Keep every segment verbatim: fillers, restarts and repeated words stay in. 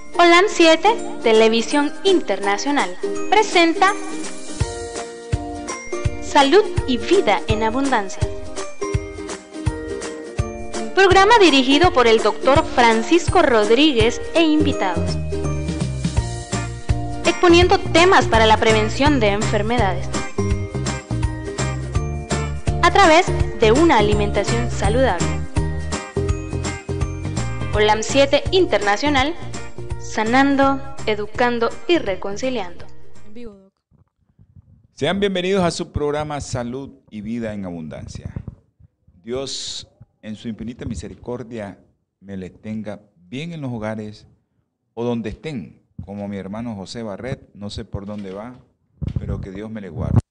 Holan siete, Televisión Internacional, presenta Salud y Vida en Abundancia. Programa dirigido por el doctor Francisco Rodríguez e invitados, exponiendo temas para la prevención de enfermedades a través de una alimentación saludable. Holan siete Internacional, sanando, educando y reconciliando. Sean bienvenidos a su programa Salud y Vida en Abundancia. Dios, en su infinita misericordia, me les tenga bien en los hogares o donde estén, como mi hermano José Barret, no sé por dónde va, pero que Dios me le guarde.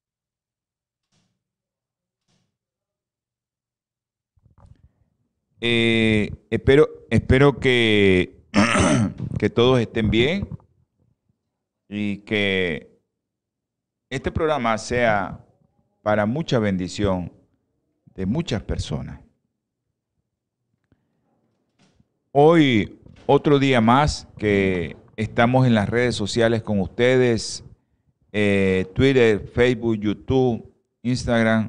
Eh, espero, espero que, que todos estén bien y que este programa sea para mucha bendición de muchas personas. Hoy, otro día más que estamos en las redes sociales con ustedes, eh, Twitter, Facebook, YouTube, Instagram,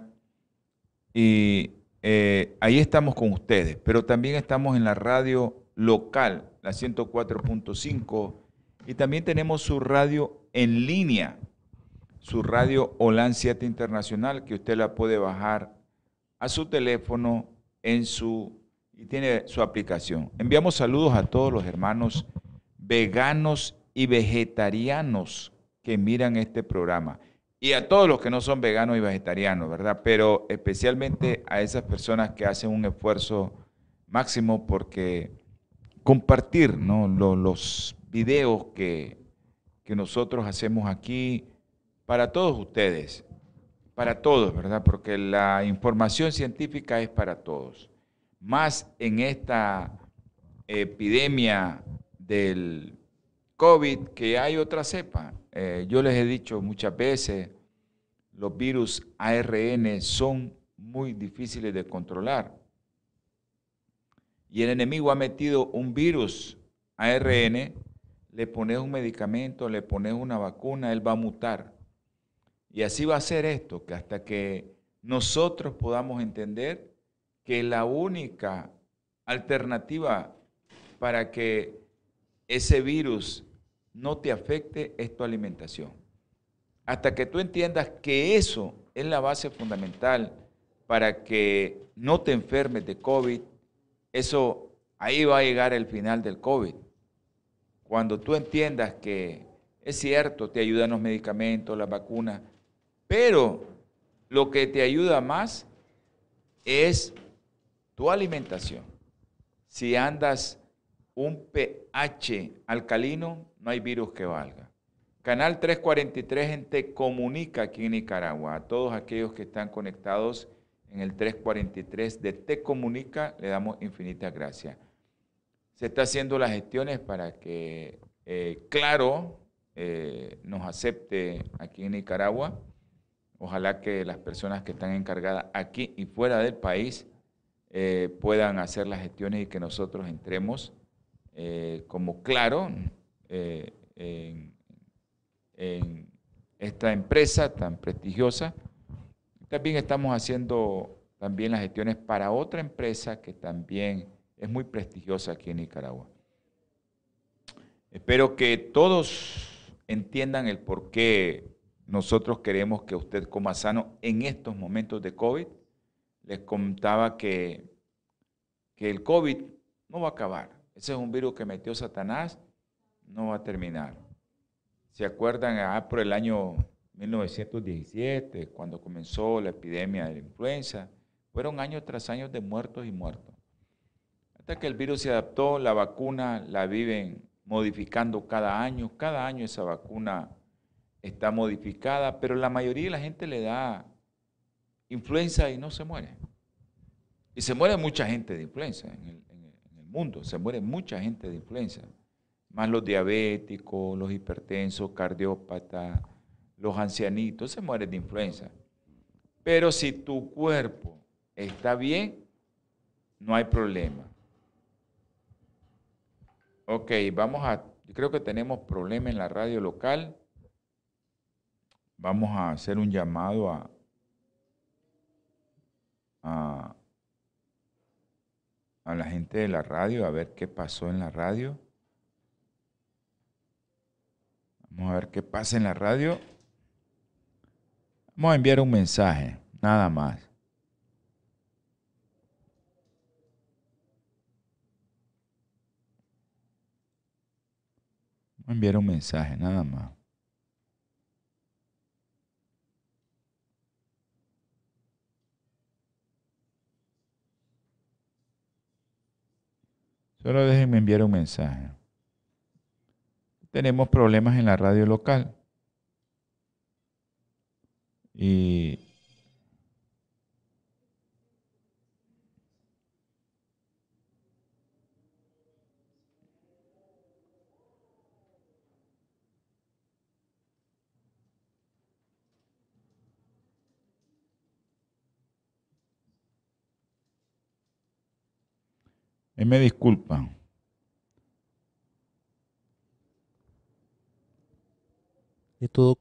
y eh, ahí estamos con ustedes, pero también estamos en la radio local, la ciento cuatro punto cinco, y también tenemos su radio en línea, su radio Holan siete Internacional, que usted la puede bajar a su teléfono en su y tiene su aplicación. Enviamos saludos a todos los hermanos veganos y vegetarianos que miran este programa. Y a todos los que no son veganos y vegetarianos, ¿verdad? Pero especialmente a esas personas que hacen un esfuerzo máximo porque compartir, ¿no?, los, los videos que, que nosotros hacemos aquí para todos ustedes, para todos, ¿verdad? Porque la información científica es para todos. Más en esta epidemia del COVID, que hay otra cepa. Eh, yo les he dicho muchas veces, los virus A R N son muy difíciles de controlar. Y el enemigo ha metido un virus A R N, le pones un medicamento, le pones una vacuna, él va a mutar. Y así va a ser esto, que hasta que nosotros podamos entender que la única alternativa para que ese virus no te afecte es tu alimentación. Hasta que tú entiendas que eso es la base fundamental para que no te enfermes de COVID, eso, ahí va a llegar el final del COVID. Cuando tú entiendas que es cierto, te ayudan los medicamentos, las vacunas, pero lo que te ayuda más es tu alimentación. Si andas un pH alcalino, no hay virus que valga. Canal trescientos cuarenta y tres en Te Comunica aquí en Nicaragua. A todos aquellos que están conectados en el trescientos cuarenta y tres de Te Comunica, le damos infinitas gracias. Se está haciendo las gestiones para que eh, Claro eh, nos acepte aquí en Nicaragua. Ojalá que las personas que están encargadas aquí y fuera del país eh, puedan hacer las gestiones y que nosotros entremos eh, como Claro eh, en, en esta empresa tan prestigiosa. También estamos haciendo también las gestiones para otra empresa que también es muy prestigiosa aquí en Nicaragua. Espero que todos entiendan el por qué nosotros queremos que usted coma sano en estos momentos de COVID. Les contaba que, que el COVID no va a acabar. Ese es un virus que metió Satanás, no va a terminar. ¿Se acuerdan? Ah, por el año mil novecientos diecisiete, cuando comenzó la epidemia de la influenza, fueron años tras años de muertos y muertos. Hasta que el virus se adaptó, la vacuna la viven modificando cada año. Cada año esa vacuna está modificada, pero la mayoría de la gente le da influenza y no se muere. Y se muere mucha gente de influenza en el, en el, en el mundo, se muere mucha gente de influenza. Más los diabéticos, los hipertensos, cardiópatas, los ancianitos, se mueren de influenza. Pero si tu cuerpo está bien, no hay problema. Ok, vamos a, yo creo que tenemos problema en la radio local. Vamos a hacer un llamado a, a, a la gente de la radio, a ver qué pasó en la radio. Vamos a ver qué pasa en la radio. Vamos a enviar un mensaje, nada más. Vamos a enviar un mensaje, nada más. Solo déjenme enviar un mensaje. Tenemos problemas en la radio local. Y eh, me disculpan. De todo.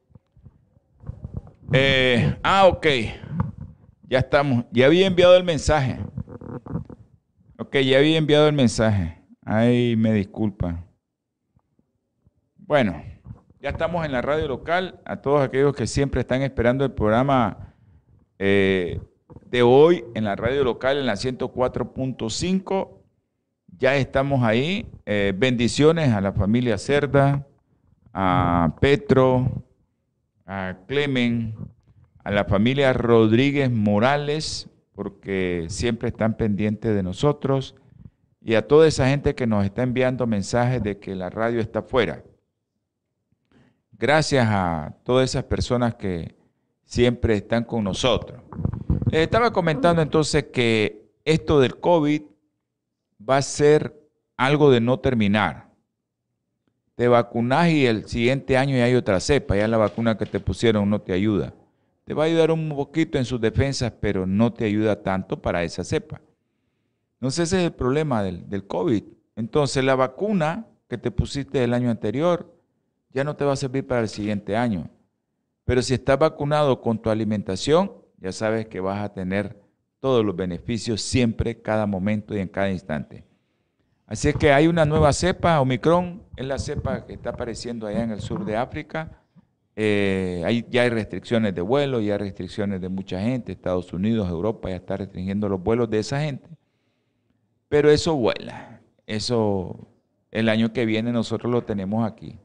Eh, ah, ok. Ya estamos. Ya había enviado el mensaje. Ok, ya había enviado el mensaje. Ay, me disculpan. Bueno, ya estamos en la radio local. A todos aquellos que siempre están esperando el programa eh, de hoy en la radio local en la ciento cuatro punto cinco. Ya estamos ahí. Eh, bendiciones a la familia Cerda, a Petro, a Clemen, a la familia Rodríguez Morales, porque siempre están pendientes de nosotros, y a toda esa gente que nos está enviando mensajes de que la radio está fuera. Gracias a todas esas personas que siempre están con nosotros. Les estaba comentando entonces que esto del COVID va a ser algo de no terminar. Te vacunas y el siguiente año ya hay otra cepa, ya la vacuna que te pusieron no te ayuda. Te va a ayudar un poquito en sus defensas, pero no te ayuda tanto para esa cepa. Entonces ese es el problema del, del COVID. Entonces la vacuna que te pusiste el año anterior ya no te va a servir para el siguiente año. Pero si estás vacunado con tu alimentación, ya sabes que vas a tener todos los beneficios siempre, cada momento y en cada instante. Así es que hay una nueva cepa, Omicron, es la cepa que está apareciendo allá en el sur de África. Eh, hay, ya hay restricciones de vuelo, ya hay restricciones de mucha gente, Estados Unidos, Europa ya está restringiendo los vuelos de esa gente. Pero eso vuela, eso el año que viene nosotros lo tenemos aquí.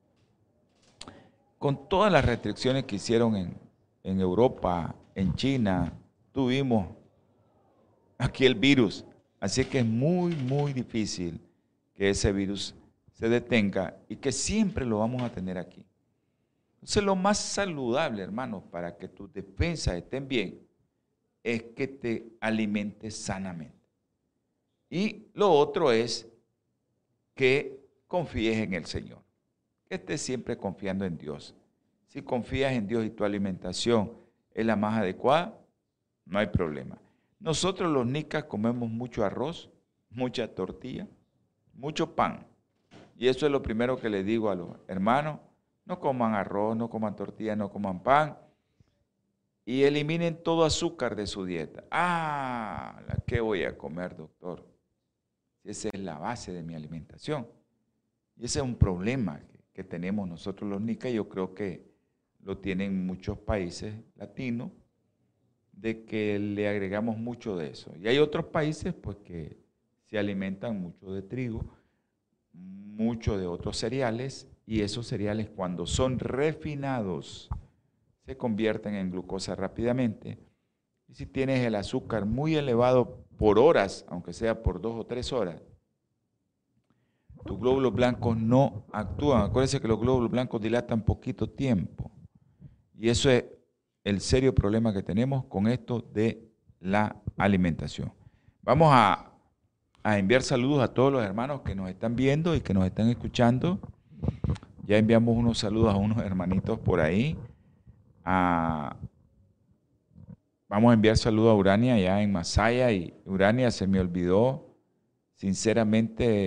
Con todas las restricciones que hicieron en, en Europa, en China, tuvimos aquí el virus. Así que es muy, muy difícil que ese virus se detenga y que siempre lo vamos a tener aquí. Entonces, lo más saludable, hermanos, para que tus defensas estén bien, es que te alimentes sanamente. Y lo otro es que confíes en el Señor, que estés siempre confiando en Dios. Si confías en Dios y tu alimentación es la más adecuada, no hay problema. Nosotros los nicas comemos mucho arroz, mucha tortilla, mucho pan. Y eso es lo primero que les digo a los hermanos. No coman arroz, no coman tortilla, no coman pan. Y eliminen todo azúcar de su dieta. Ah, ¿qué voy a comer, doctor? Esa es la base de mi alimentación. Y ese es un problema que, que tenemos nosotros los nicas. Yo creo que lo tienen muchos países latinos, de que le agregamos mucho de eso. Y hay otros países pues que se alimentan mucho de trigo, mucho de otros cereales, y esos cereales cuando son refinados se convierten en glucosa rápidamente. Y si tienes el azúcar muy elevado por horas, aunque sea por dos o tres horas, tus glóbulos blancos no actúan. Acuérdense que los glóbulos blancos dilatan poquito tiempo. Y eso es el serio problema que tenemos con esto de la alimentación. Vamos a, a enviar saludos a todos los hermanos que nos están viendo y que nos están escuchando. Ya enviamos unos saludos a unos hermanitos por ahí. A, vamos a enviar saludos a Urania allá en Masaya. Y Urania, se me olvidó sinceramente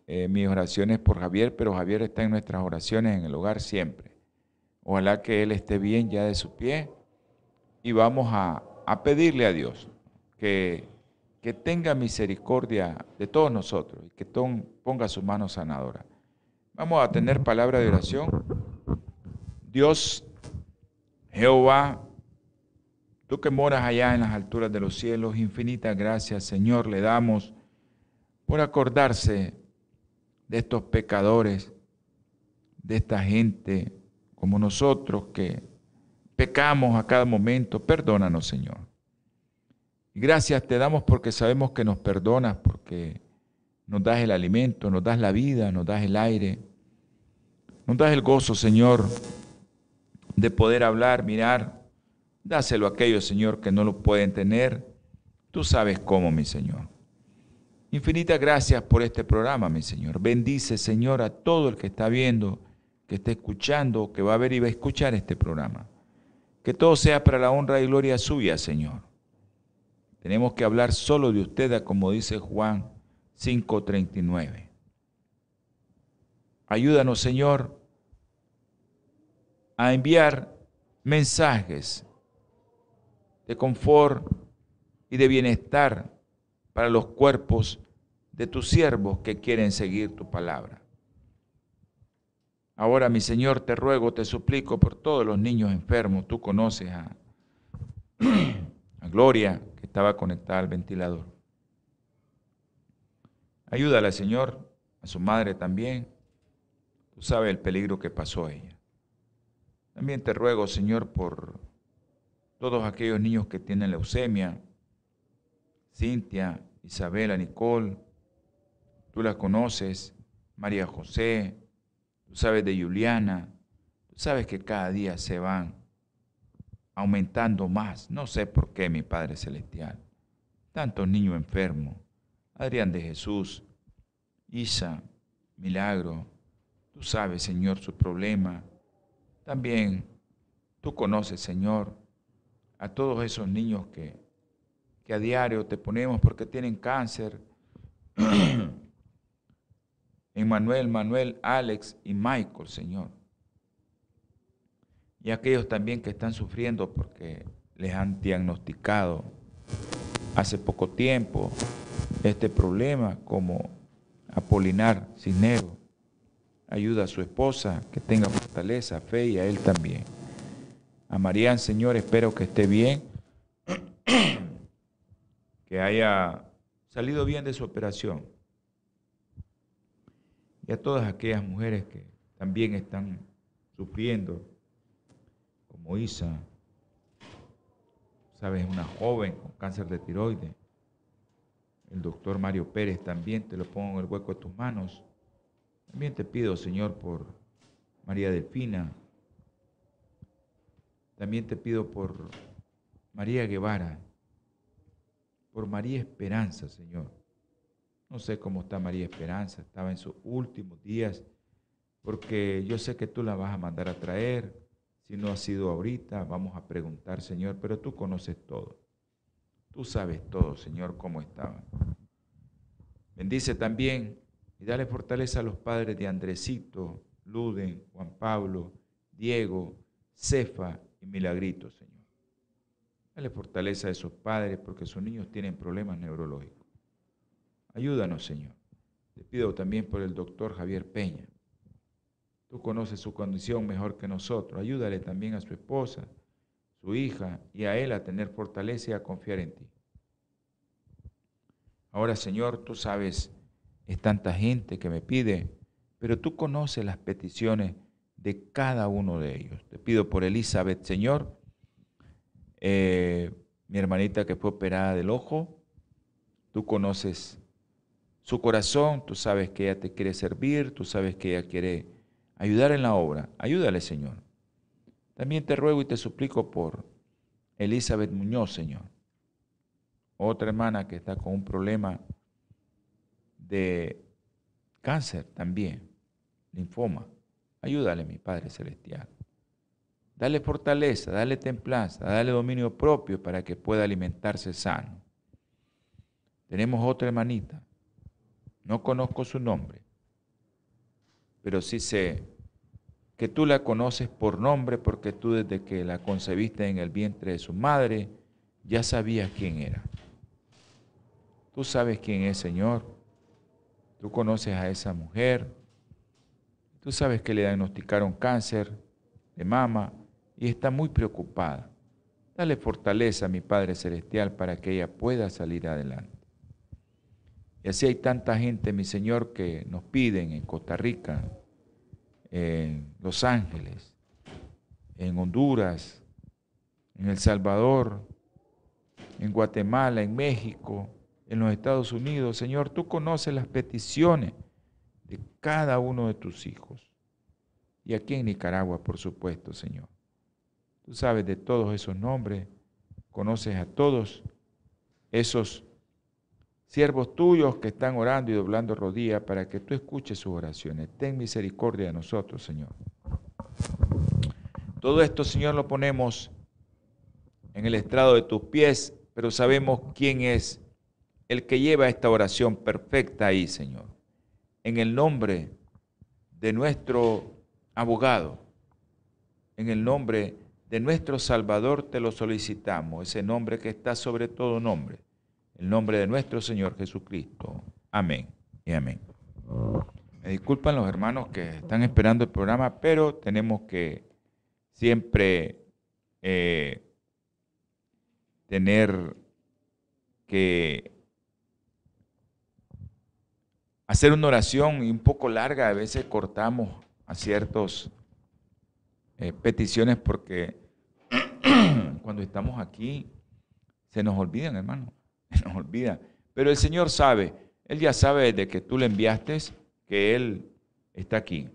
eh, mis oraciones por Javier, pero Javier está en nuestras oraciones en el hogar siempre. Ojalá que él esté bien ya de su pie y vamos a, a pedirle a Dios que, que tenga misericordia de todos nosotros y que ton, ponga su mano sanadora. Vamos a tener palabra de oración. Dios, Jehová, tú que moras allá en las alturas de los cielos, infinitas gracias, Señor, le damos por acordarse de estos pecadores, de esta gente como nosotros que pecamos a cada momento. Perdónanos, Señor. Y gracias te damos porque sabemos que nos perdonas, porque nos das el alimento, nos das la vida, nos das el aire, nos das el gozo, Señor, de poder hablar, mirar. Dáselo a aquellos, Señor, que no lo pueden tener. Tú sabes cómo, mi Señor. Infinitas gracias por este programa, mi Señor. Bendice, Señor, a todo el que está viendo, que está escuchando, que va a ver y va a escuchar este programa. Que todo sea para la honra y gloria suya, Señor. Tenemos que hablar solo de usted, como dice Juan cinco treinta y nueve. Ayúdanos, Señor, a enviar mensajes de confort y de bienestar para los cuerpos de tus siervos que quieren seguir tu palabra. Ahora, mi Señor, te ruego, te suplico por todos los niños enfermos. Tú conoces a, a Gloria, que estaba conectada al ventilador. Ayúdala, Señor, a su madre también. Tú sabes el peligro que pasó ella. También te ruego, Señor, por todos aquellos niños que tienen leucemia, Cintia, Isabela, Nicole, tú las conoces, María José, tú sabes de Juliana, tú sabes que cada día se van aumentando más. No sé por qué, mi Padre Celestial. Tantos niños enfermos, Adrián de Jesús, Isa, Milagro, tú sabes, Señor, su problema. También tú conoces, Señor, a todos esos niños que, que a diario te ponemos porque tienen cáncer. Emmanuel, Manuel, Alex y Michael, Señor. Y aquellos también que están sufriendo porque les han diagnosticado hace poco tiempo este problema, como Apolinar Cisneros. Ayuda a su esposa, que tenga fortaleza, fe, y a él también. A Marían, Señor, espero que esté bien, que haya salido bien de su operación. Y a todas aquellas mujeres que también están sufriendo, como Isa, sabes, una joven con cáncer de tiroides. El doctor Mario Pérez también, te lo pongo en el hueco de tus manos. También te pido, Señor, por María Delfina. También te pido por María Guevara, por María Esperanza, Señor. No sé cómo está María Esperanza, estaba en sus últimos días, porque yo sé que tú la vas a mandar a traer. Si no ha sido ahorita, vamos a preguntar, Señor, pero tú conoces todo. Tú sabes todo, Señor, cómo estaban. Bendice también y dale fortaleza a los padres de Andresito, Luden, Juan Pablo, Diego, Cefa y Milagrito, Señor. Dale fortaleza a esos padres porque sus niños tienen problemas neurológicos. Ayúdanos, Señor. Te pido también por el doctor Javier Peña. Tú conoces su condición mejor que nosotros. Ayúdale también a su esposa, su hija y a él a tener fortaleza y a confiar en ti. Ahora, Señor, tú sabes, es tanta gente que me pide, pero tú conoces las peticiones de cada uno de ellos. Te pido por Elizabeth, Señor, eh, mi hermanita que fue operada del ojo. Tú conoces su corazón, tú sabes que ella te quiere servir, tú sabes que ella quiere ayudar en la obra. Ayúdale, Señor. También te ruego y te suplico por Elizabeth Muñoz, Señor. Otra hermana que está con un problema de cáncer también, linfoma. Ayúdale, mi Padre Celestial. Dale fortaleza, dale templanza, dale dominio propio para que pueda alimentarse sano. Tenemos otra hermanita, no conozco su nombre, pero sí sé que tú la conoces por nombre porque tú desde que la concebiste en el vientre de su madre ya sabías quién era. Tú sabes quién es, Señor. Tú conoces a esa mujer. Tú sabes que le diagnosticaron cáncer de mama y está muy preocupada. Dale fortaleza a mi Padre Celestial para que ella pueda salir adelante. Y así hay tanta gente, mi Señor, que nos piden en Costa Rica, en Los Ángeles, en Honduras, en El Salvador, en Guatemala, en México, en los Estados Unidos. Señor, tú conoces las peticiones de cada uno de tus hijos. Y aquí en Nicaragua, por supuesto, Señor. Tú sabes de todos esos nombres, conoces a todos esos siervos tuyos que están orando y doblando rodillas para que tú escuches sus oraciones. Ten misericordia de nosotros, Señor. Todo esto, Señor, lo ponemos en el estrado de tus pies, pero sabemos quién es el que lleva esta oración perfecta ahí, Señor. En el nombre de nuestro abogado, en el nombre de nuestro Salvador te lo solicitamos, ese nombre que está sobre todo nombre, el nombre de nuestro Señor Jesucristo. Amén y amén. Me disculpan los hermanos que están esperando el programa, pero tenemos que siempre eh, tener que hacer una oración un poco larga. A veces cortamos a ciertas eh, peticiones porque cuando estamos aquí se nos olvidan, hermano, se nos olvida. Pero el Señor sabe, Él ya sabe desde que tú le enviaste que Él está aquí.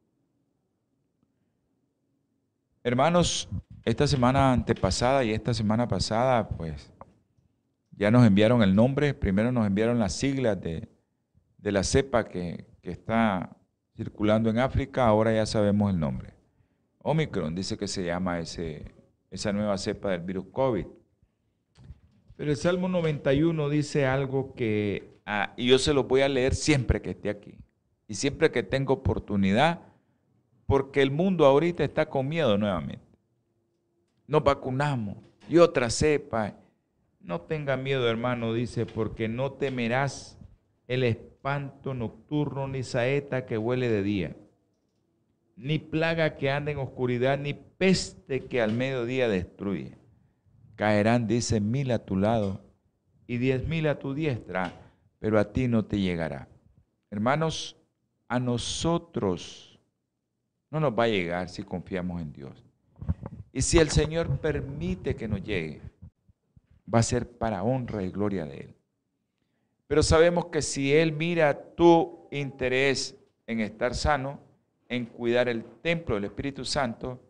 Hermanos, esta semana antepasada y esta semana pasada, pues, ya nos enviaron el nombre. Primero nos enviaron las siglas de, de la cepa que, que está circulando en África. Ahora ya sabemos el nombre. Omicron dice que se llama ese, esa nueva cepa del virus COVID. Pero el Salmo noventa y uno dice algo que, ah, y yo se lo voy a leer siempre que esté aquí. Y siempre que tengo oportunidad, porque el mundo ahorita está con miedo nuevamente. Nos vacunamos y otra cepa. No tenga miedo, hermano, dice, porque no temerás el espanto nocturno, ni saeta que huele de día, ni plaga que anda en oscuridad, ni peste que al mediodía destruye. Caerán, dice, mil a tu lado y diez mil a tu diestra, pero a ti no te llegará. Hermanos, a nosotros no nos va a llegar si confiamos en Dios. Y si el Señor permite que nos llegue, va a ser para honra y gloria de Él. Pero sabemos que si Él mira tu interés en estar sano, en cuidar el templo del Espíritu Santo,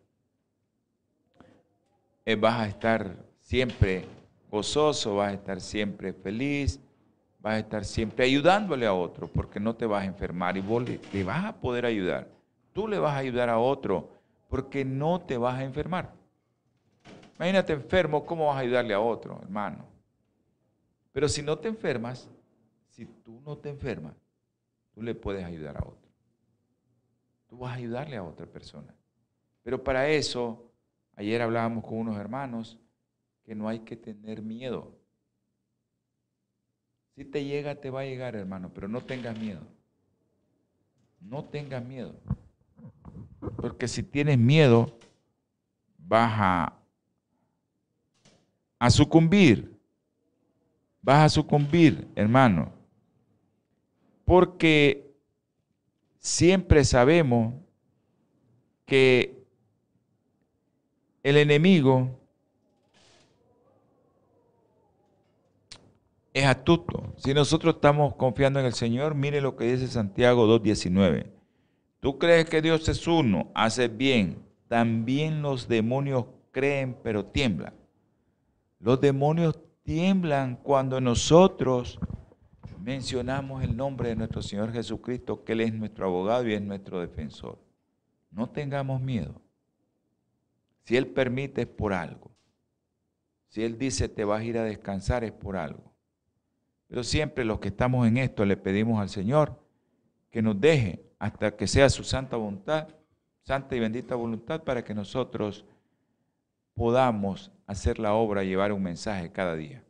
eh, vas a estar siempre gozoso, vas a estar siempre feliz, vas a estar siempre ayudándole a otro, porque no te vas a enfermar y vos le, le vas a poder ayudar. Tú le vas a ayudar a otro, porque no te vas a enfermar. Imagínate enfermo, ¿cómo vas a ayudarle a otro, hermano? Pero si no te enfermas, si tú no te enfermas, tú le puedes ayudar a otro. Tú vas a ayudarle a otra persona. Pero para eso, ayer hablábamos con unos hermanos que no hay que tener miedo. Si te llega, te va a llegar, hermano, pero no tengas miedo. No tengas miedo. Porque si tienes miedo, vas a, a sucumbir. Vas a sucumbir, hermano. Porque siempre sabemos que el enemigo es astuto. Si nosotros estamos confiando en el Señor, mire lo que dice Santiago dos diecinueve. Tú crees que Dios es uno, haces bien. También los demonios creen, pero tiemblan. Los demonios tiemblan cuando nosotros mencionamos el nombre de nuestro Señor Jesucristo, que Él es nuestro abogado y es nuestro defensor. No tengamos miedo. Si Él permite es por algo. Si Él dice te vas a ir a descansar es por algo. Pero siempre los que estamos en esto le pedimos al Señor que nos deje hasta que sea su santa voluntad, santa y bendita voluntad, para que nosotros podamos hacer la obra, llevar un mensaje cada día.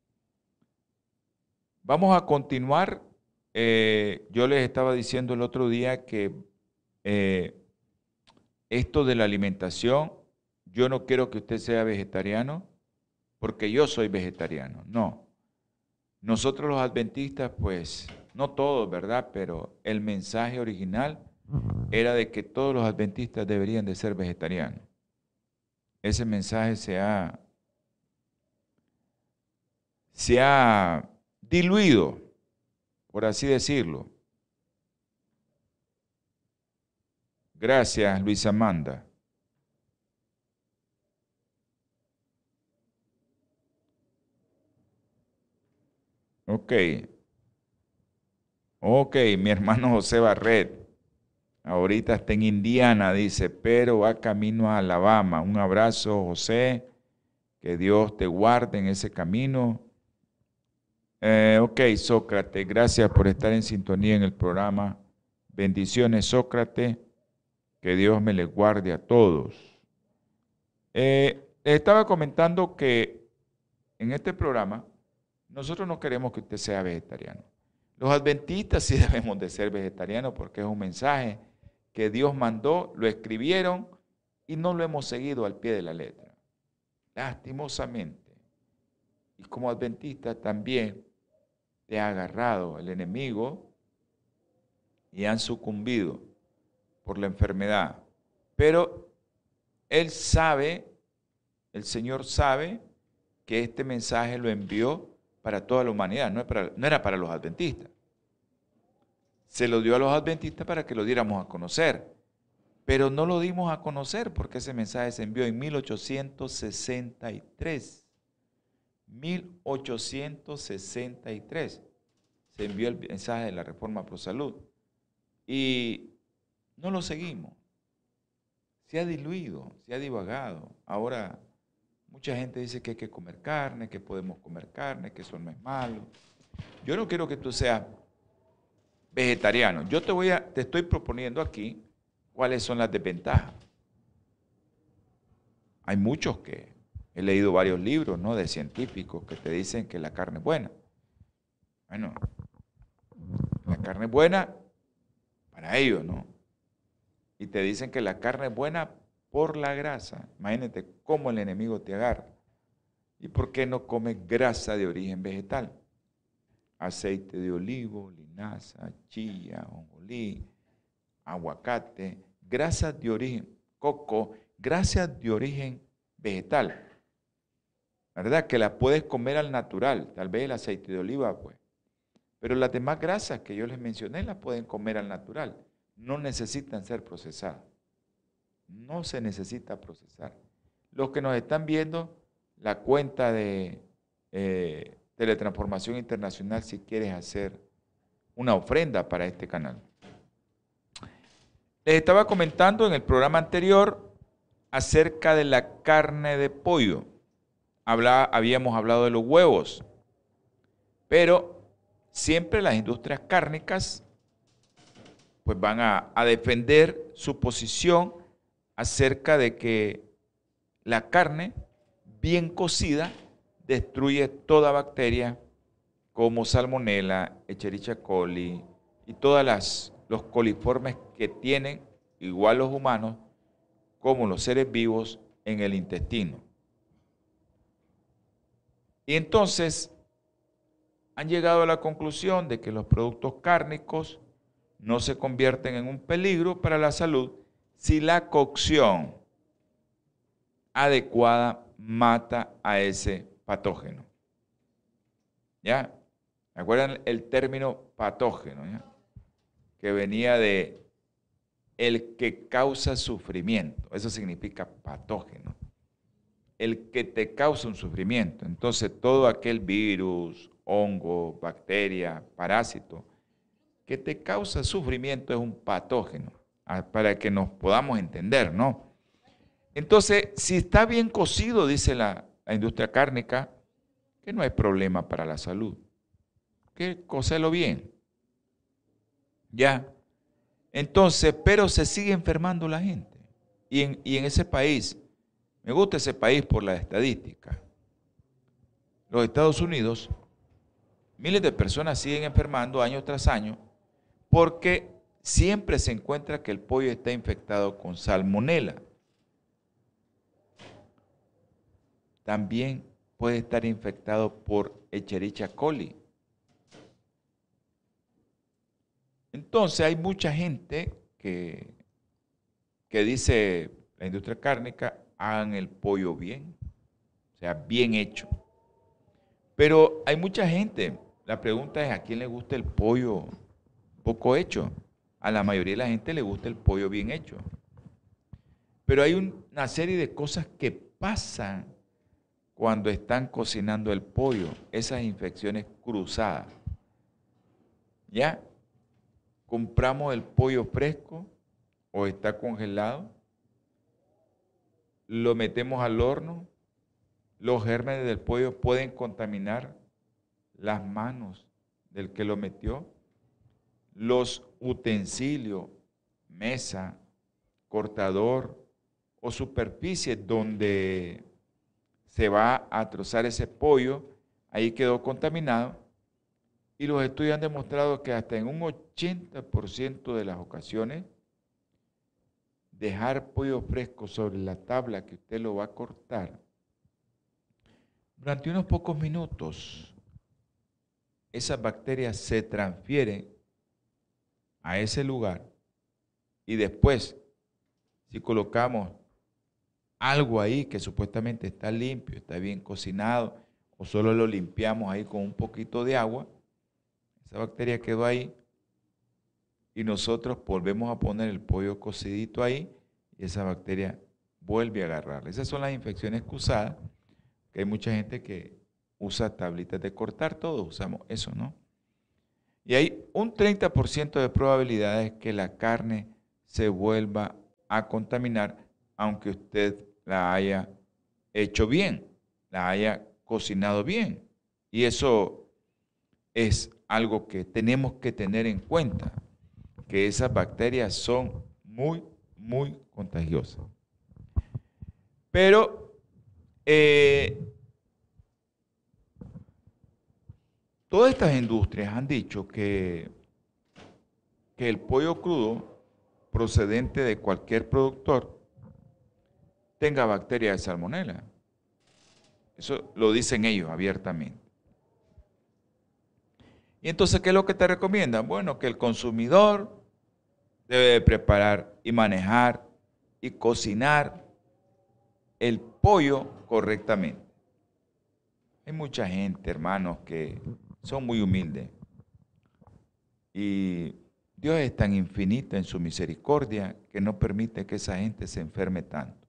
Vamos a continuar. Eh, yo les estaba diciendo el otro día que eh, esto de la alimentación, yo no quiero que usted sea vegetariano porque yo soy vegetariano, no. Nosotros los adventistas, pues, no todos, ¿verdad? Pero el mensaje original era de que todos los adventistas deberían de ser vegetarianos. Ese mensaje se ha, se ha diluido, por así decirlo. Gracias, Luisa Amanda. Ok. Ok, mi hermano José Barret. Ahorita está en Indiana, dice, pero va camino a Alabama. Un abrazo, José. Que Dios te guarde en ese camino. Eh, ok, Sócrates, gracias por estar en sintonía en el programa. Bendiciones, Sócrates. Que Dios me les guarde a todos. Eh, les estaba comentando que en este programa nosotros no queremos que usted sea vegetariano. Los adventistas sí debemos de ser vegetarianos porque es un mensaje que Dios mandó, lo escribieron y no lo hemos seguido al pie de la letra. Lastimosamente. Y como adventista también te ha agarrado el enemigo y han sucumbido por la enfermedad. Pero Él sabe, el Señor sabe que este mensaje lo envió para toda la humanidad, no, para, no era para los adventistas. Se lo dio a los adventistas para que lo diéramos a conocer, pero no lo dimos a conocer porque ese mensaje se envió en mil ochocientos sesenta y tres. mil ochocientos sesenta y tres se envió el mensaje de la Reforma Pro Salud y no lo seguimos. Se ha diluido, se ha divagado. Ahora mucha gente dice que hay que comer carne, que podemos comer carne, que eso no es malo. Yo no quiero que tú seas vegetariano. Yo te voy a, te estoy proponiendo aquí cuáles son las desventajas. Hay muchos que he leído varios libros, ¿no?, de científicos que te dicen que la carne es buena. Bueno, la carne es buena para ellos, ¿no? Y te dicen que la carne es buena por la grasa. Imagínate cómo el enemigo te agarra. ¿Y por qué no comes grasa de origen vegetal? Aceite de olivo, linaza, chía, ajonjolí, aguacate, grasas de origen, coco, grasas de origen vegetal. ¿Verdad? Que las puedes comer al natural, tal vez el aceite de oliva, pues. Pero las demás grasas que yo les mencioné las pueden comer al natural. No necesitan ser procesadas. No se necesita procesar. Los que nos están viendo, la cuenta de eh, Teletransformación Internacional, si quieres hacer una ofrenda para este canal. Les estaba comentando en el programa anterior acerca de la carne de pollo. Habla, habíamos hablado de los huevos, pero siempre las industrias cárnicas pues van a, a defender su posición acerca de que la carne bien cocida destruye toda bacteria como salmonella, Escherichia coli y todas las los coliformes que tienen igual los humanos como los seres vivos en el intestino. Y entonces han llegado a la conclusión de que los productos cárnicos no se convierten en un peligro para la salud si la cocción adecuada mata a ese patógeno. ¿Ya? ¿Me acuerdan el término patógeno? ¿Ya? Que venía de el que causa sufrimiento. Eso significa patógeno. El que te causa un sufrimiento. Entonces, todo aquel virus, hongo, bacteria, parásito, que te causa sufrimiento es un patógeno, para que nos podamos entender, ¿no? Entonces, si está bien cocido, dice la, la industria cárnica, que no hay problema para la salud. Que cócelo bien. Ya. Entonces, pero se sigue enfermando la gente. Y en, y en ese país, me gusta ese país por la estadística. Los Estados Unidos, miles de personas siguen enfermando año tras año porque siempre se encuentra que el pollo está infectado con salmonela. También puede estar infectado por Escherichia coli. Entonces hay mucha gente que, que dice, la industria cárnica, hagan el pollo bien, o sea, bien hecho. Pero hay mucha gente, la pregunta es, ¿a quién le gusta el pollo poco hecho? A la mayoría de la gente le gusta el pollo bien hecho. Pero hay una serie de cosas que pasan cuando están cocinando el pollo, esas infecciones cruzadas. ¿Ya? Compramos el pollo fresco o está congelado, lo metemos al horno, los gérmenes del pollo pueden contaminar las manos del que lo metió, los utensilios, mesa, cortador o superficie donde se va a trozar ese pollo, ahí quedó contaminado. Y los estudios han demostrado que hasta en un ochenta por ciento de las ocasiones, dejar pollo fresco sobre la tabla que usted lo va a cortar, durante unos pocos minutos, esas bacterias se transfieren a ese lugar y después, si colocamos algo ahí que supuestamente está limpio, está bien cocinado, o solo lo limpiamos ahí con un poquito de agua, esa bacteria quedó ahí y nosotros volvemos a poner el pollo cocidito ahí y esa bacteria vuelve a agarrar. Esas son las infecciones cruzadas, que hay mucha gente que usa tablitas de cortar, todos usamos eso, ¿no? Y hay un treinta por ciento de probabilidades que la carne se vuelva a contaminar, aunque usted la haya hecho bien, la haya cocinado bien. Y eso es algo que tenemos que tener en cuenta, que esas bacterias son muy, muy contagiosas. Pero eh, todas estas industrias han dicho que, que el pollo crudo procedente de cualquier productor tenga bacterias de salmonela. Eso lo dicen ellos abiertamente. Y entonces, ¿qué es lo que te recomiendan? Bueno, que el consumidor debe preparar y manejar y cocinar el pollo correctamente. Hay mucha gente, hermanos, que son muy humildes. Y Dios es tan infinito en su misericordia que no permite que esa gente se enferme tanto.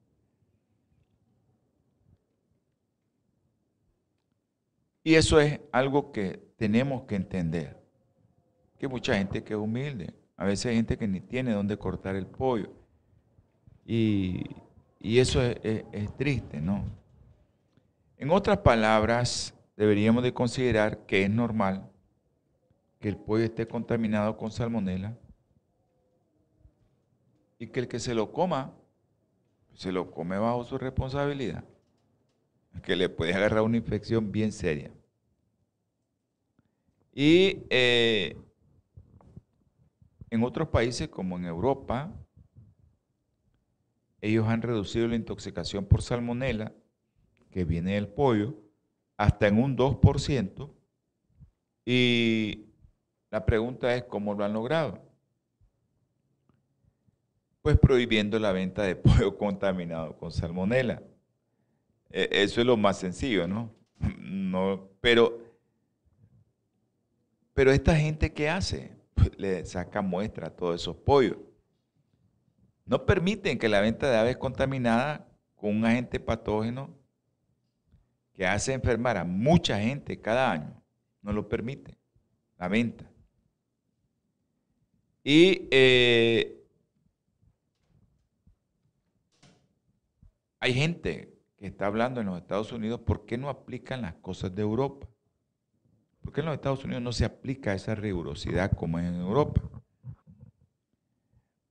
Y eso es algo que tenemos que entender. Que hay mucha gente que es humilde. A veces hay gente que ni tiene dónde cortar el pollo. Y, y eso es, es, es triste, ¿no? En otras palabras, deberíamos de considerar que es normal que el pollo esté contaminado con salmonela y que el que se lo coma, se lo come bajo su responsabilidad, que le puede agarrar una infección bien seria. Y eh, en otros países, como en Europa, ellos han reducido la intoxicación por salmonela, que viene del pollo, hasta en un dos por ciento. Y la pregunta es, ¿cómo lo han logrado? Pues prohibiendo la venta de pollo contaminado con salmonela. Eh, eso es lo más sencillo, ¿no? no pero, pero esta gente, ¿qué hace? Pues le saca muestra a todos esos pollos. No permiten que la venta de aves contaminadas con un agente patógeno que hace enfermar a mucha gente cada año, no lo permiten, la venta. Y eh, hay gente que está hablando en los Estados Unidos, ¿por qué no aplican las cosas de Europa? ¿Por qué en los Estados Unidos no se aplica esa rigurosidad como es en Europa?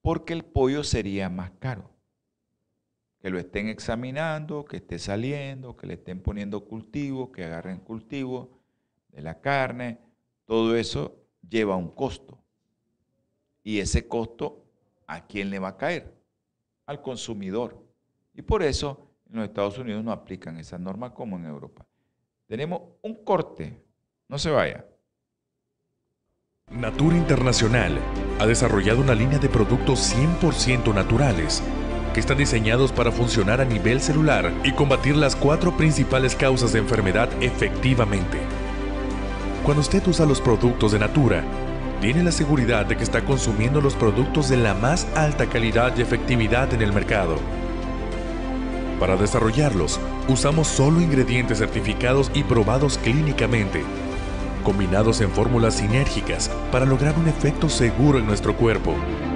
porque el pollo sería más caro. Que lo estén examinando, que esté saliendo, que le estén poniendo cultivo, que agarren cultivo de la carne, todo eso lleva un costo. Y ese costo, ¿a quién le va a caer? Al consumidor. Y por eso en los Estados Unidos no aplican esas normas como en Europa. Tenemos un corte, no se vaya. Natura Internacional ha desarrollado una línea de productos cien por ciento naturales que están diseñados para funcionar a nivel celular y combatir las cuatro principales causas de enfermedad efectivamente. Cuando usted usa los productos de Natura, tiene la seguridad de que está consumiendo los productos de la más alta calidad y efectividad en el mercado. Para desarrollarlos, usamos solo ingredientes certificados y probados clínicamente, combinados en fórmulas sinérgicas para lograr un efecto seguro en nuestro cuerpo.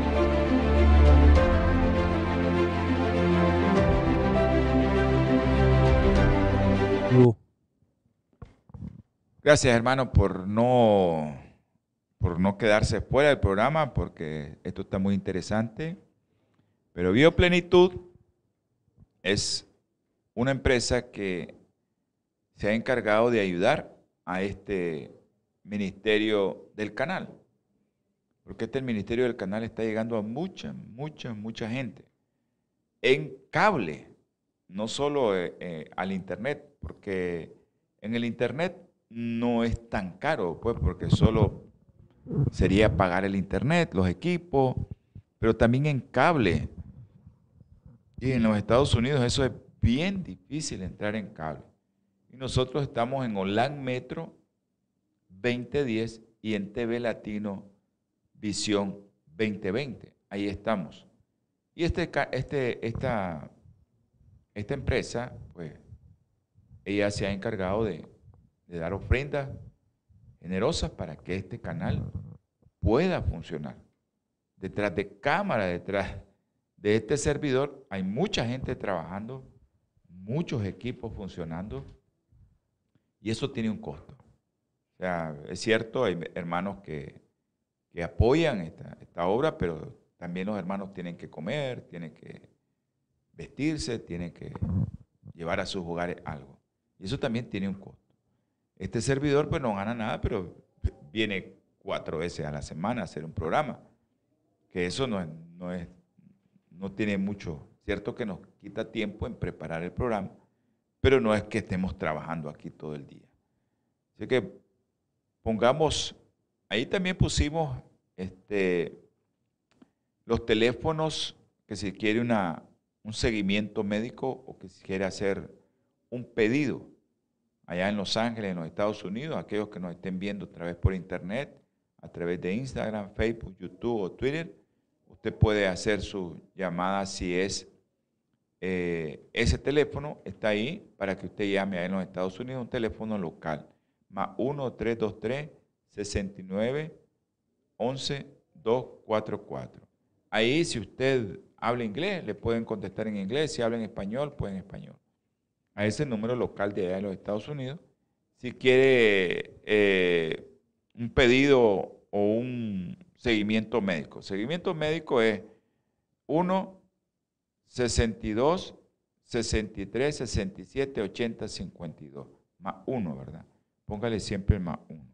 Yo, Gracias, hermano, por no, por no quedarse fuera del programa, porque esto está muy interesante. Pero Bioplenitud es una empresa que se ha encargado de ayudar a este ministerio del canal. Porque este ministerio del canal está llegando a mucha, mucha, mucha gente. En cable, no solo eh, eh, al internet, porque en el internet no es tan caro, pues, porque solo sería pagar el internet, los equipos, pero también en cable. Y en los Estados Unidos eso es bien difícil entrar en cable. Y nosotros estamos en Olan Metro veinte diez y en T V Latino Visión veinte veinte. Ahí estamos. Y este, este, esta, esta empresa, pues, ella se ha encargado de, de dar ofrendas generosas para que este canal pueda funcionar. Detrás de cámara, detrás de este servidor, hay mucha gente trabajando, muchos equipos funcionando, y eso tiene un costo. O sea, es cierto, hay hermanos que, que apoyan esta, esta obra, pero también los hermanos tienen que comer, tienen que vestirse, tienen que llevar a sus hogares algo. Y eso también tiene un costo. Este servidor pues no gana nada, pero viene cuatro veces a la semana a hacer un programa. Que eso no es, no es, no tiene mucho, cierto que nos quita tiempo en preparar el programa, pero no es que estemos trabajando aquí todo el día. Así que pongamos, ahí también pusimos este, los teléfonos que si quiere una, un seguimiento médico o que si quiere hacer un pedido allá en Los Ángeles, en los Estados Unidos, aquellos que nos estén viendo a través por internet, a través de Instagram, Facebook, YouTube o Twitter, usted puede hacer su llamada si es eh, ese teléfono, está ahí para que usted llame allá en los Estados Unidos, un teléfono local, más uno tres dos tres, seis nueve, once, dos cuatro cuatro. Ahí si usted habla inglés, le pueden contestar en inglés, si habla en español, pues en español. A ese número local de allá en los Estados Unidos. Si quiere eh, un pedido o un seguimiento médico. Seguimiento médico es uno, sesenta y dos, sesenta y tres, sesenta y siete, ochenta, cincuenta y dos. Más uno, ¿verdad? Póngale siempre el más uno.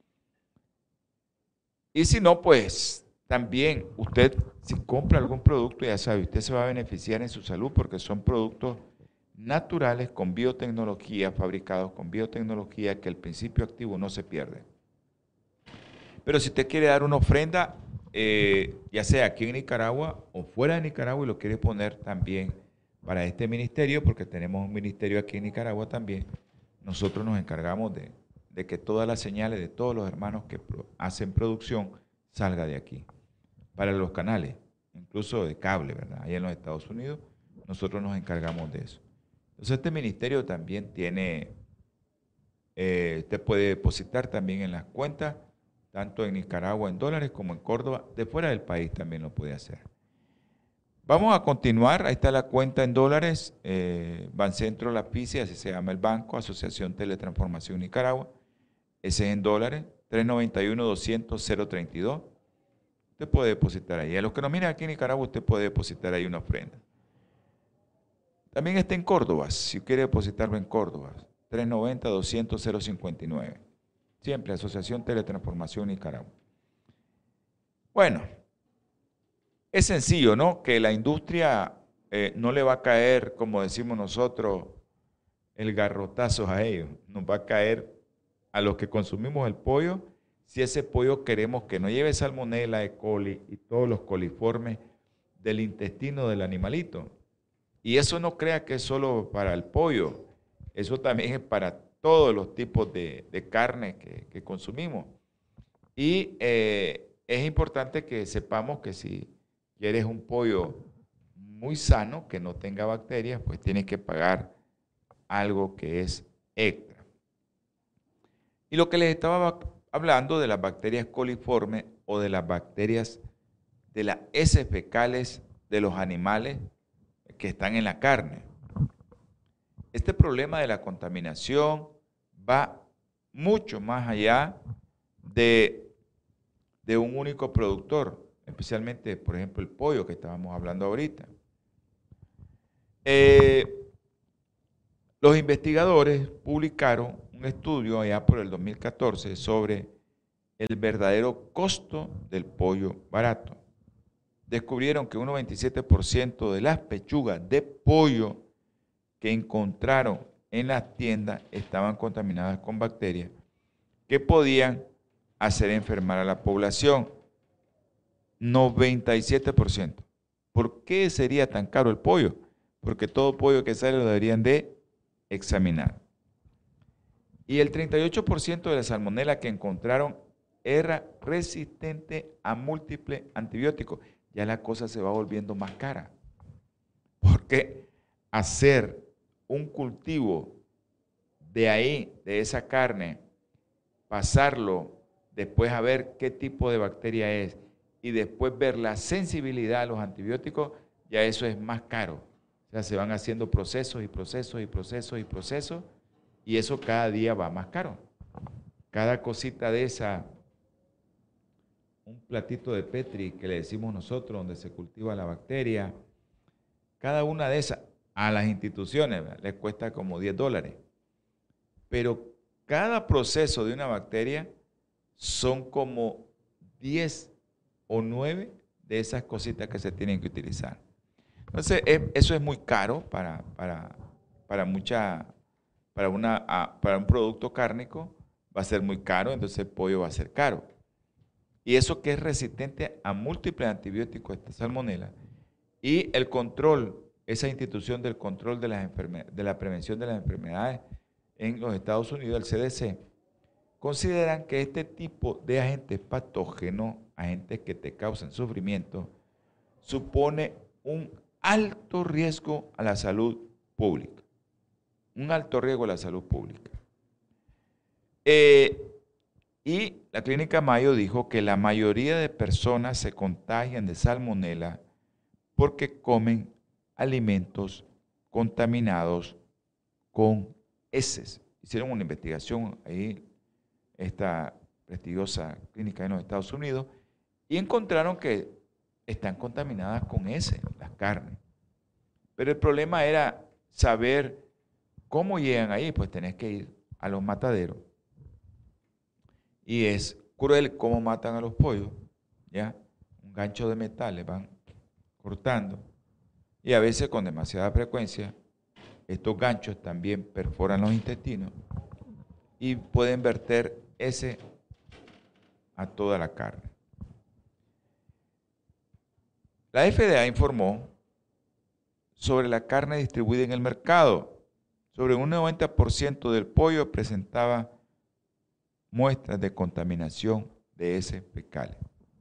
Y si no, pues también usted, si compra algún producto, ya sabe, usted se va a beneficiar en su salud porque son productos naturales con biotecnología, fabricados con biotecnología, que el principio activo no se pierde. Pero si usted quiere dar una ofrenda, eh, ya sea aquí en Nicaragua o fuera de Nicaragua, y lo quiere poner también para este ministerio, porque tenemos un ministerio aquí en Nicaragua también, nosotros nos encargamos de, de que todas las señales de todos los hermanos que pro, hacen producción salga de aquí, para los canales, incluso de cable, ¿verdad? Ahí en los Estados Unidos, nosotros nos encargamos de eso. Entonces este ministerio también tiene, eh, usted puede depositar también en las cuentas, tanto en Nicaragua en dólares como en Córdoba, de fuera del país también lo puede hacer. Vamos a continuar, ahí está la cuenta en dólares, eh, Bancentro La Picia, así se llama el banco, Asociación Teletransformación Nicaragua, ese es en dólares, tres noventa y uno, doscientos, cero treinta y dos. usted puede depositar ahí. A los que nos miran aquí en Nicaragua, usted puede depositar ahí una ofrenda. También está en Córdoba, si quiere depositarlo en Córdoba, tres noventa, doscientos, cero cincuenta y nueve. Siempre, Asociación Teletransformación Nicaragua. Bueno, es sencillo, ¿no? Que la industria eh, no le va a caer, como decimos nosotros, el garrotazo a ellos. Nos va a caer a los que consumimos el pollo, si ese pollo queremos que no lleve salmonela, E. coli y todos los coliformes del intestino del animalito. Y eso no crea que es solo para el pollo, eso también es para todos los tipos de, de carne que, que consumimos. Y eh, es importante que sepamos que si quieres un pollo muy sano, que no tenga bacterias, pues tienes que pagar algo que es extra. Y lo que les estaba hablando de las bacterias coliformes o de las bacterias de las heces fecales de los animales que están en la carne. Este problema de la contaminación va mucho más allá de, de un único productor, especialmente, por ejemplo, el pollo que estábamos hablando ahorita. Eh, los investigadores publicaron un estudio allá por el dos mil catorce sobre el verdadero costo del pollo barato. Descubrieron que un noventa y siete por ciento de las pechugas de pollo que encontraron en las tiendas estaban contaminadas con bacterias que podían hacer enfermar a la población. noventa y siete por ciento. ¿Por qué sería tan caro el pollo? Porque todo pollo que sale lo deberían de examinar. Y el treinta y ocho por ciento de la salmonela que encontraron era resistente a múltiples antibióticos. Ya la cosa se va volviendo más cara. Porque hacer un cultivo de ahí, de esa carne, pasarlo, después a ver qué tipo de bacteria es y después ver la sensibilidad a los antibióticos, ya eso es más caro. O sea, se van haciendo procesos y procesos y procesos y procesos y eso cada día va más caro. Cada cosita de esa, un platito de Petri que le decimos nosotros, donde se cultiva la bacteria, cada una de esas a las instituciones les cuesta como diez dólares. Pero cada proceso de una bacteria son como diez o nueve de esas cositas que se tienen que utilizar. Entonces, eso es muy caro para, para, para, mucha, para, una, para un producto cárnico, va a ser muy caro, entonces el pollo va a ser caro. Y eso que es resistente a múltiples antibióticos, esta salmonela, y el control, esa institución del control de, las enfermedades, de la prevención de las enfermedades en los Estados Unidos, el C D C, consideran que este tipo de agentes patógenos, agentes que te causan sufrimiento, supone un alto riesgo a la salud pública. Un alto riesgo a la salud pública. Eh, y la Clínica Mayo dijo que la mayoría de personas se contagian de salmonela porque comen alimentos contaminados con heces. Hicieron una investigación ahí, esta prestigiosa clínica en los Estados Unidos, y encontraron que están contaminadas con heces, las carnes. Pero el problema era saber cómo llegan ahí, pues tenés que ir a los mataderos. Y es cruel cómo matan a los pollos, ¿ya? Un gancho de metal les van cortando. Y a veces con demasiada frecuencia, estos ganchos también perforan los intestinos y pueden verter ese a toda la carne. La F D A informó sobre la carne distribuida en el mercado. Sobre un noventa por ciento del pollo presentaba muestras de contaminación de heces fecales.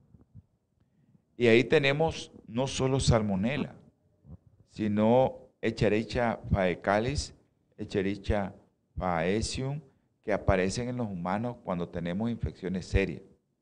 Y ahí tenemos no solo salmonela, sino Escherichia faecalis, Escherichia faecium, que aparecen en los humanos cuando tenemos infecciones serias.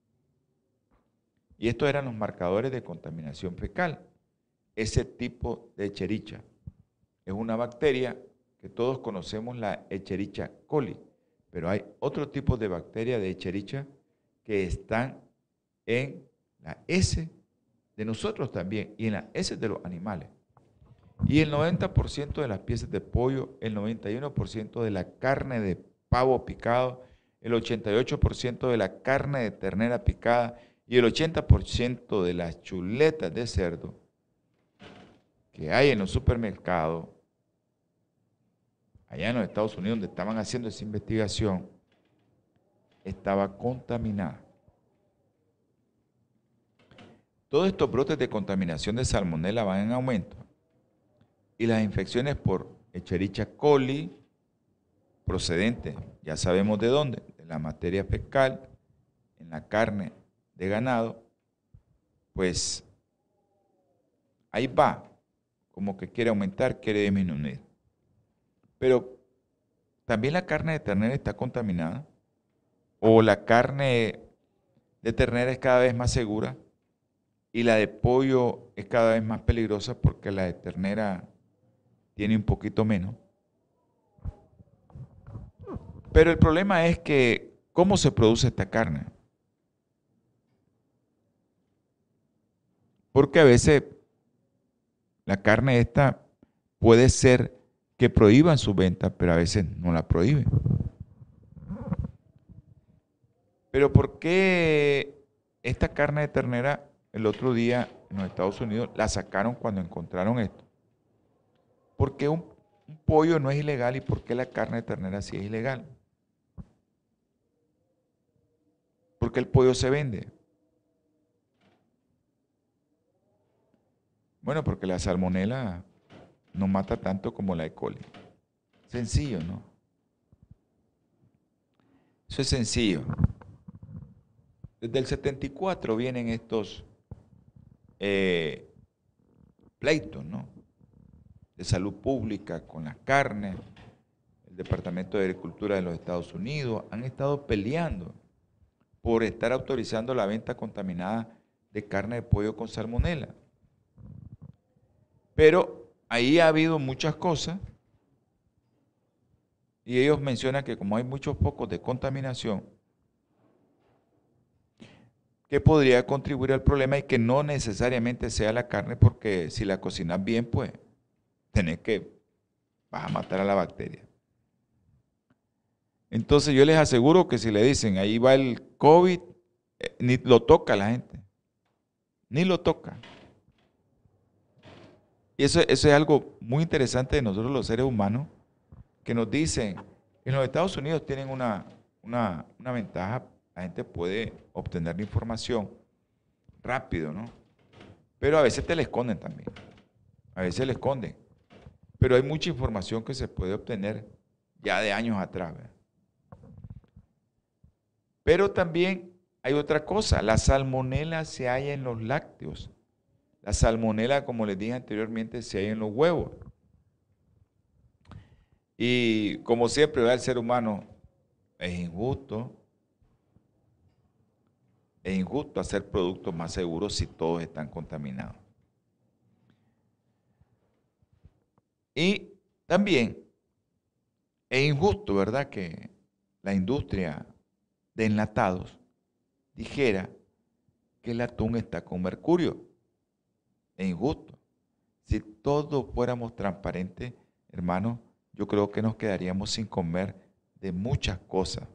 Y estos eran los marcadores de contaminación fecal. Ese tipo de Escherichia es una bacteria que todos conocemos, la Escherichia coli, pero hay otro tipo de bacterias de Escherichia que están en la S de nosotros también y en las heces de los animales. Y el noventa por ciento de las piezas de pollo, el noventa y uno por ciento de la carne de pavo picado, el ochenta y ocho por ciento de la carne de ternera picada y el ochenta por ciento de las chuletas de cerdo que hay en los supermercados, allá en los Estados Unidos, donde estaban haciendo esa investigación, estaba contaminada. Todos estos brotes de contaminación de salmonela van en aumento y las infecciones por Escherichia coli, procedente, ya sabemos de dónde, de la materia fecal, en la carne de ganado, pues ahí va, como que quiere aumentar, quiere disminuir. Pero también la carne de ternera está contaminada, o la carne de ternera es cada vez más segura, y la de pollo es cada vez más peligrosa porque la de ternera tiene un poquito menos. Pero el problema es que, ¿cómo se produce esta carne? Porque a veces la carne esta puede ser que prohíban su venta, pero a veces no la prohíben. Pero ¿por qué esta carne de ternera el otro día en los Estados Unidos la sacaron cuando encontraron esto? ¿Por qué un, un pollo no es ilegal y por qué la carne de ternera sí es ilegal? Porque el pollo se vende. Bueno, porque la salmonela no mata tanto como la E. coli. Sencillo, ¿no? Eso es sencillo. Desde el setenta y cuatro vienen estos eh, pleitos, ¿no? De salud pública con las carnes. El Departamento de Agricultura de los Estados Unidos han estado peleando por estar autorizando la venta contaminada de carne de pollo con salmonela. Pero ahí ha habido muchas cosas y ellos mencionan que como hay muchos focos de contaminación que podría contribuir al problema y que no necesariamente sea la carne, porque si la cocinas bien, pues tenés que, vas a matar a la bacteria. Entonces yo les aseguro que si le dicen ahí va el COVID, eh, ni lo toca la gente, ni lo toca. Y eso, eso es algo muy interesante de nosotros los seres humanos, que nos dicen, en los Estados Unidos tienen una, una, una ventaja, la gente puede obtener la información rápido, ¿no? Pero a veces te la esconden también, a veces la esconden. Pero hay mucha información que se puede obtener ya de años atrás, ¿verdad? Pero también hay otra cosa, la salmonela se halla en los lácteos. La salmonela, como les dije anteriormente, se halla en los huevos. Y como siempre, ¿verdad? El ser humano es injusto. Es injusto hacer productos más seguros si todos están contaminados. Y también es injusto, ¿verdad?, que la industria de enlatados dijera que el atún está con mercurio. Es injusto. Si todos fuéramos transparentes, hermanos, yo creo que nos quedaríamos sin comer de muchas cosas.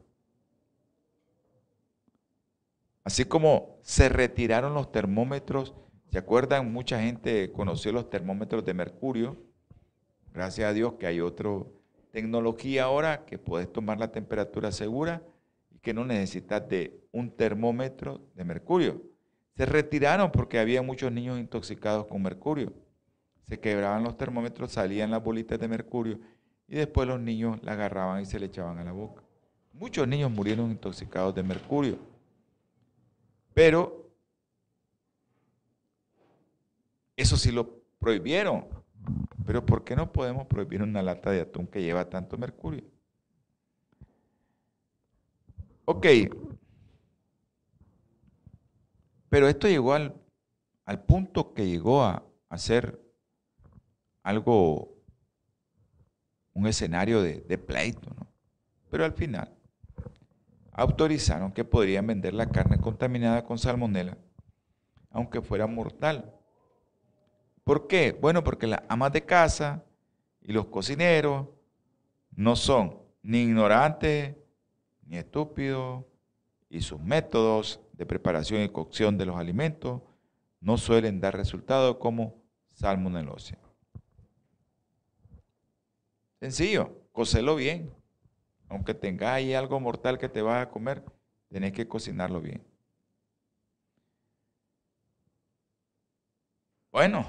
Así como se retiraron los termómetros, ¿se acuerdan? Mucha gente conoció los termómetros de mercurio. Gracias a Dios que hay otra tecnología ahora que puedes tomar la temperatura segura y que no necesitas de un termómetro de mercurio. Se retiraron porque había muchos niños intoxicados con mercurio. Se quebraban los termómetros, salían las bolitas de mercurio y después los niños la agarraban y se le echaban a la boca. Muchos niños murieron intoxicados de mercurio. Pero eso sí lo prohibieron. Pero ¿por qué no podemos prohibir una lata de atún que lleva tanto mercurio? Ok. Pero esto llegó al, al punto que llegó a, a ser algo, un escenario de, de pleito, ¿no? Pero al final autorizaron que podrían vender la carne contaminada con salmonela aunque fuera mortal. ¿Por qué? Bueno, porque las amas de casa y los cocineros no son ni ignorantes ni estúpidos, y sus métodos de preparación y cocción de los alimentos no suelen dar resultados como salmonellosis. Sencillo, cocelo bien. Aunque tengas ahí algo mortal que te vas a comer, tenés que cocinarlo bien. Bueno,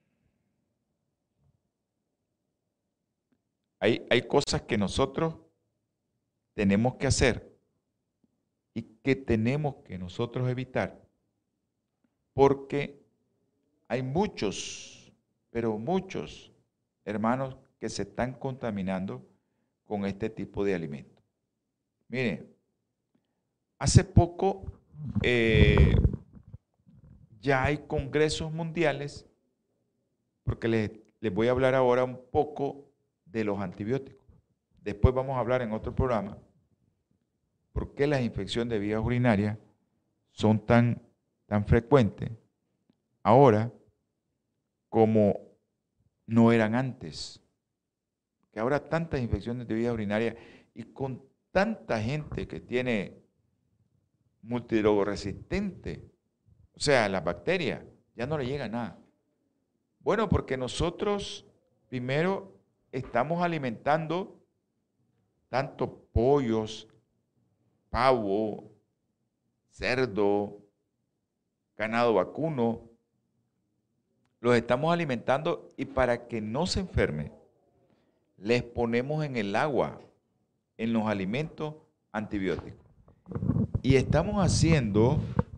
hay, hay cosas que nosotros tenemos que hacer y que tenemos que nosotros evitar, porque hay muchos, pero muchos hermanos que se están contaminando con este tipo de alimentos. Miren, hace poco eh, ya hay congresos mundiales, porque les, les voy a hablar ahora un poco de los antibióticos. Después vamos a hablar en otro programa por qué las infecciones de vías urinarias son tan, tan frecuentes ahora como no eran antes. Que ahora tantas infecciones de vías urinarias y con tanta gente que tiene multidrogoresistente, o sea, las bacterias, ya no le llega nada. Bueno, porque nosotros primero estamos alimentando tanto pollos, pavo, cerdo, ganado vacuno, los estamos alimentando y para que no se enferme, les ponemos en el agua, en los alimentos, antibióticos. Y estamos haciendo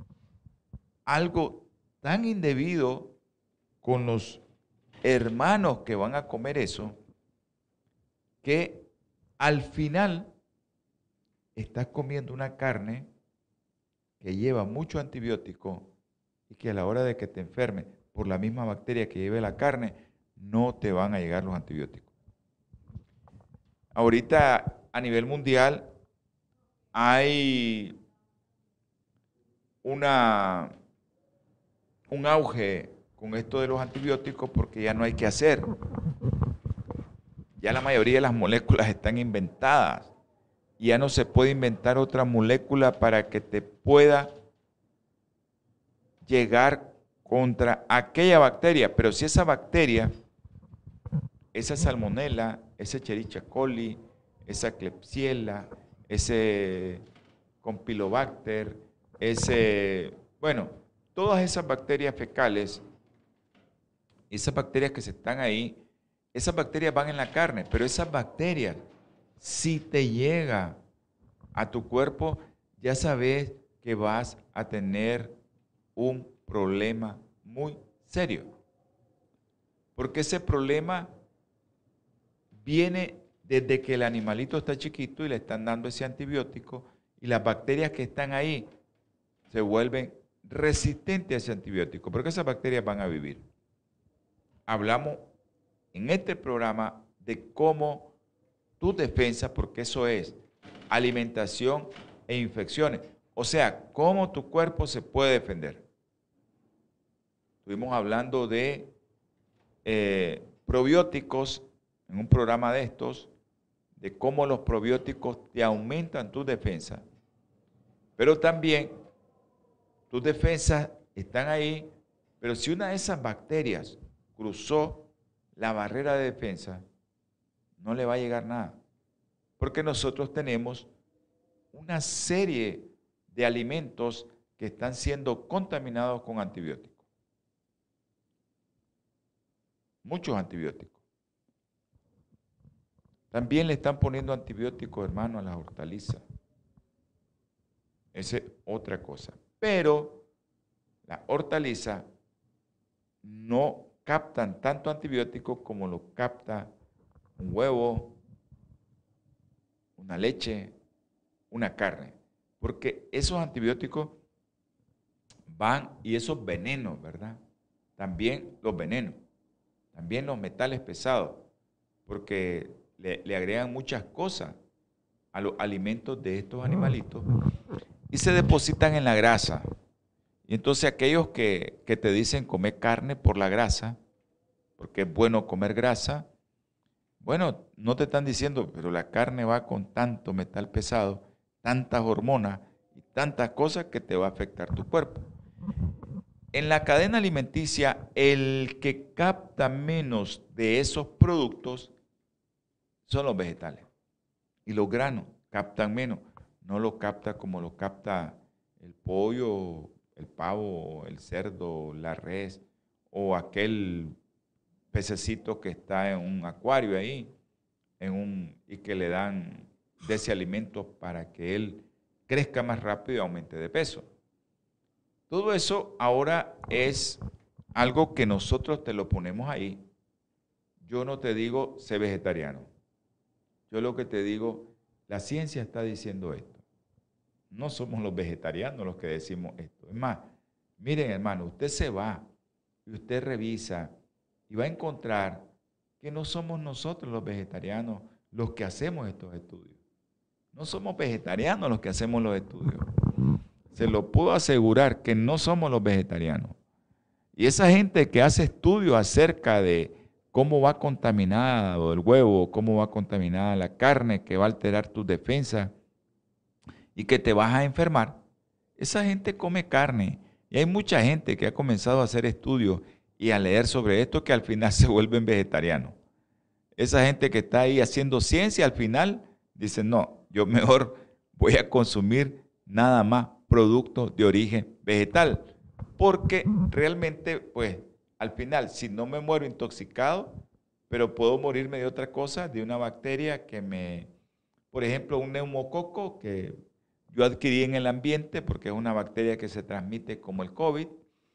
algo tan indebido con los hermanos que van a comer eso, que al final estás comiendo una carne que lleva mucho antibiótico y que a la hora de que te enfermes por la misma bacteria que lleve la carne, no te van a llegar los antibióticos. Ahorita a nivel mundial hay una, un auge con esto de los antibióticos porque ya no hay que hacer. Ya la mayoría de las moléculas están inventadas. Y ya no se puede inventar otra molécula para que te pueda llegar contra aquella bacteria. Pero si esa bacteria, esa salmonela, ese Escherichia coli, esa Klebsiella, ese Campylobacter, ese, bueno, todas esas bacterias fecales, esas bacterias que se están ahí, esas bacterias van en la carne, pero esas bacterias, si te llega a tu cuerpo, ya sabes que vas a tener un problema muy serio. Porque ese problema viene desde que el animalito está chiquito y le están dando ese antibiótico y las bacterias que están ahí se vuelven resistentes a ese antibiótico, porque esas bacterias van a vivir. Hablamos en este programa de cómo tu defensa, porque eso es alimentación e infecciones, o sea, cómo tu cuerpo se puede defender. Estuvimos hablando de eh, probióticos en un programa de estos, de cómo los probióticos te aumentan tu defensa, pero también tus defensas están ahí, pero si una de esas bacterias cruzó la barrera de defensa, no le va a llegar nada, porque nosotros tenemos una serie de alimentos que están siendo contaminados con antibióticos. Muchos antibióticos. También le están poniendo antibióticos, hermano, a las hortalizas. Esa es otra cosa. Pero las hortalizas no captan tanto antibiótico como lo capta un huevo, una leche, una carne. Porque esos antibióticos van, y esos venenos, ¿verdad? También los venenos, también los metales pesados, porque le, le agregan muchas cosas a los alimentos de estos animalitos y se depositan en la grasa. Y entonces aquellos que, que te dicen comer carne por la grasa, porque es bueno comer grasa, bueno, no te están diciendo, pero la carne va con tanto metal pesado, tantas hormonas y tantas cosas que te va a afectar tu cuerpo. En la cadena alimenticia, el que capta menos de esos productos son los vegetales. Y los granos captan menos. No lo capta como lo capta el pollo, el pavo, el cerdo, la res o aquel pececito que está en un acuario ahí en un, y que le dan de ese alimento para que él crezca más rápido y aumente de peso. Todo eso ahora es algo que nosotros te lo ponemos ahí. Yo no te digo sé vegetariano. Yo lo que te digo, la ciencia está diciendo esto. No somos los vegetarianos los que decimos esto. Es más, miren hermano, usted se va y usted revisa y va a encontrar que no somos nosotros los vegetarianos los que hacemos estos estudios. No somos vegetarianos los que hacemos los estudios. Se lo puedo asegurar que no somos los vegetarianos. Y esa gente que hace estudios acerca de cómo va contaminado el huevo, cómo va contaminada la carne, que va a alterar tus defensas y que te vas a enfermar, esa gente come carne. Y hay mucha gente que ha comenzado a hacer estudios y a leer sobre esto que al final se vuelven vegetarianos. Esa gente que está ahí haciendo ciencia al final dice, no, yo mejor voy a consumir nada más productos de origen vegetal, porque realmente, pues, al final, si no me muero intoxicado, pero puedo morirme de otra cosa, de una bacteria que me, por ejemplo, un neumococo que yo adquirí en el ambiente, porque es una bacteria que se transmite como el COVID,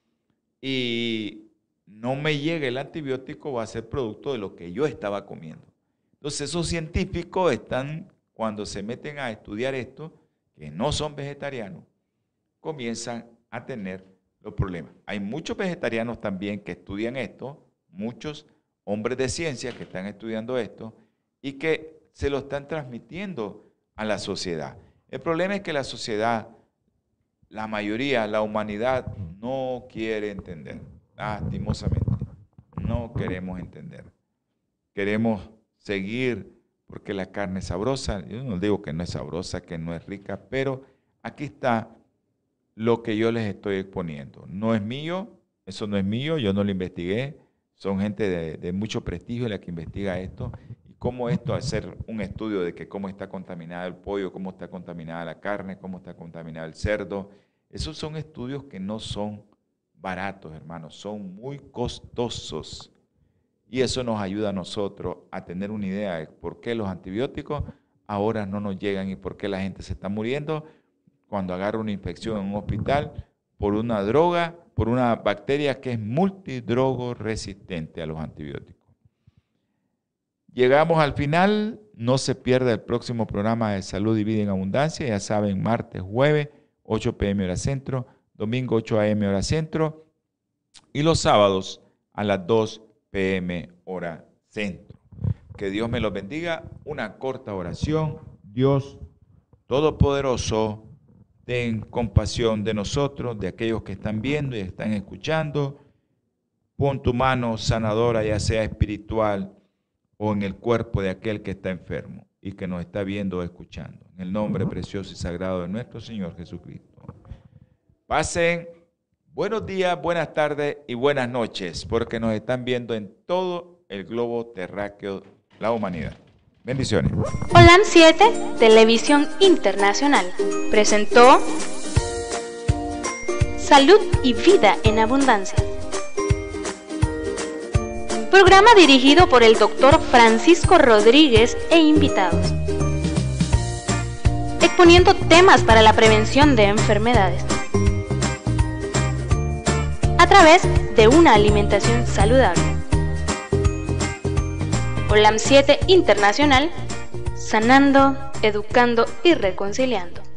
y no me llega el antibiótico, va a ser producto de lo que yo estaba comiendo. Entonces, esos científicos están, cuando se meten a estudiar esto, que no son vegetarianos, comienzan a tener los problemas. Hay muchos vegetarianos también que estudian esto, muchos hombres de ciencia que están estudiando esto y que se lo están transmitiendo a la sociedad. El problema es que la sociedad, la mayoría, la humanidad, no quiere entender. Lastimosamente, no queremos entender. Queremos seguir porque la carne es sabrosa. Yo no digo que no es sabrosa, que no es rica, pero aquí está lo que yo les estoy exponiendo. No es mío, eso no es mío, yo no lo investigué. Son gente de, de mucho prestigio la que investiga esto. Y cómo esto, hacer un estudio de que cómo está contaminado el pollo, cómo está contaminada la carne, cómo está contaminado el cerdo. Esos son estudios que no son baratos, hermanos, son muy costosos. Y eso nos ayuda a nosotros a tener una idea de por qué los antibióticos ahora no nos llegan y por qué la gente se está muriendo cuando agarra una infección en un hospital por una droga, por una bacteria que es multidrogo resistente a los antibióticos. Llegamos al final, no se pierda el próximo programa de Salud y Vida en Abundancia, ya saben, martes, jueves, ocho pe eme hora centro, domingo ocho a eme hora centro y los sábados a las dos pe eme hora centro. Que Dios me los bendiga. Una corta oración. Dios Todopoderoso, ten compasión de nosotros, de aquellos que están viendo y están escuchando. Pon tu mano sanadora, ya sea espiritual o en el cuerpo de aquel que está enfermo y que nos está viendo o escuchando. En el nombre precioso y sagrado de nuestro Señor Jesucristo. Pasen buenos días, buenas tardes y buenas noches, porque nos están viendo en todo el globo terráqueo, la humanidad. Bendiciones. Olam siete, Televisión Internacional, presentó Salud y Vida en Abundancia. Programa dirigido por el doctor Francisco Rodríguez e invitados. Exponiendo temas para la prevención de enfermedades. A través de una alimentación saludable. Olam siete Internacional, sanando, educando y reconciliando.